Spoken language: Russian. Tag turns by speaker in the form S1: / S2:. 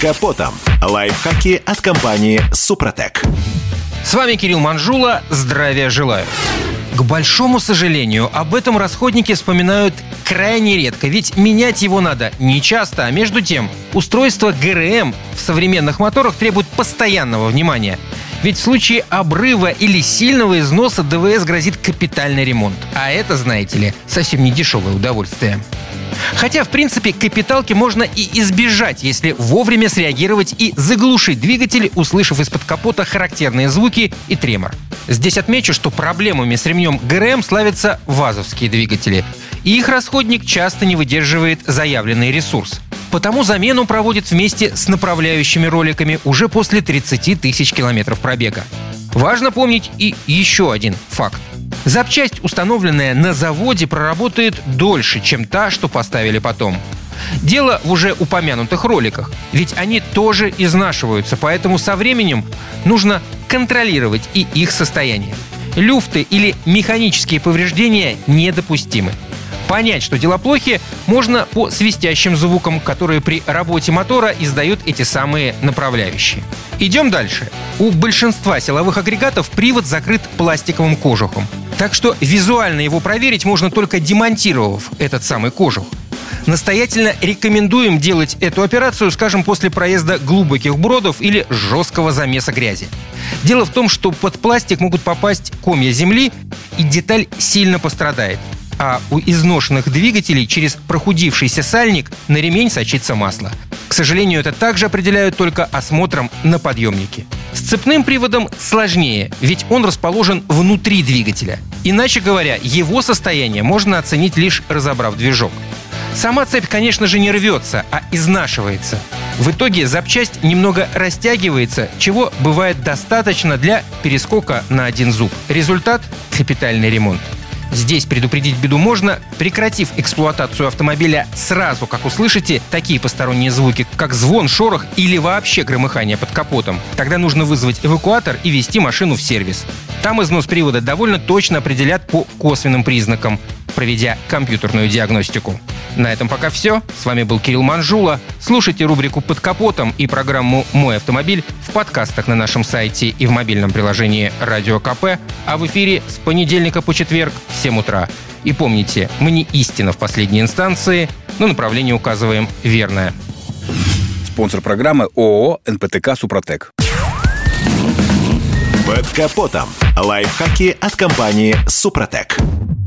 S1: капотом. Лайфхаки от компании «Супротек».
S2: С вами Кирилл Манжула. Здравия желаю. К большому сожалению, об этом расходнике вспоминают крайне редко, ведь менять его надо не часто, а между тем устройство ГРМ в современных моторах требует постоянного внимания. Ведь в случае обрыва или сильного износа ДВС грозит капитальный ремонт. А это, знаете ли, совсем не дешевое удовольствие. Хотя, в принципе, капиталки можно и избежать, если вовремя среагировать и заглушить двигатель, услышав из-под капота характерные звуки и тремор. Здесь отмечу, что проблемами с ремнем ГРМ славятся вазовские двигатели. И их расходник часто не выдерживает заявленный ресурс. Потому замену проводят вместе с направляющими роликами уже после 30 тысяч километров пробега. Важно помнить и еще один факт. Запчасть, установленная на заводе, проработает дольше, чем та, что поставили потом. Дело в уже упомянутых роликах, ведь они тоже изнашиваются, поэтому со временем нужно контролировать и их состояние. Люфты или механические повреждения недопустимы. Понять, что дела плохи, можно по свистящим звукам, которые при работе мотора издают эти самые направляющие. Идем дальше. У большинства силовых агрегатов привод закрыт пластиковым кожухом. Так что визуально его проверить можно только демонтировав этот самый кожух. Настоятельно рекомендуем делать эту операцию, скажем, после проезда глубоких бродов или жесткого замеса грязи. Дело в том, что под пластик могут попасть комья земли, и деталь сильно пострадает. А у изношенных двигателей через прохудившийся сальник на ремень сочится масло. К сожалению, это также определяют только осмотром на подъемнике. С цепным приводом сложнее, ведь он расположен внутри двигателя. Иначе говоря, его состояние можно оценить, лишь разобрав движок. Сама цепь, конечно же, не рвется, а изнашивается. В итоге запчасть немного растягивается, чего бывает достаточно для перескока на один зуб. Результат – капитальный ремонт. Здесь предупредить беду можно, прекратив эксплуатацию автомобиля сразу, как услышите такие посторонние звуки, как звон, шорох или вообще громыхание под капотом. Тогда нужно вызвать эвакуатор и везти машину в сервис. Там износ привода довольно точно определят по косвенным признакам, проведя компьютерную диагностику. На этом пока все. С вами был Кирилл Манжула. Слушайте рубрику «Под капотом» и программу «Мой автомобиль» в подкастах на нашем сайте и в мобильном приложении «Радио КП», а в эфире с понедельника по четверг в 7 утра. И помните, мы не истина в последней инстанции, но направление указываем верное.
S3: Спонсор программы ООО «НПТК Супротек».
S1: Под капотом. Лайфхаки от компании «Супротек».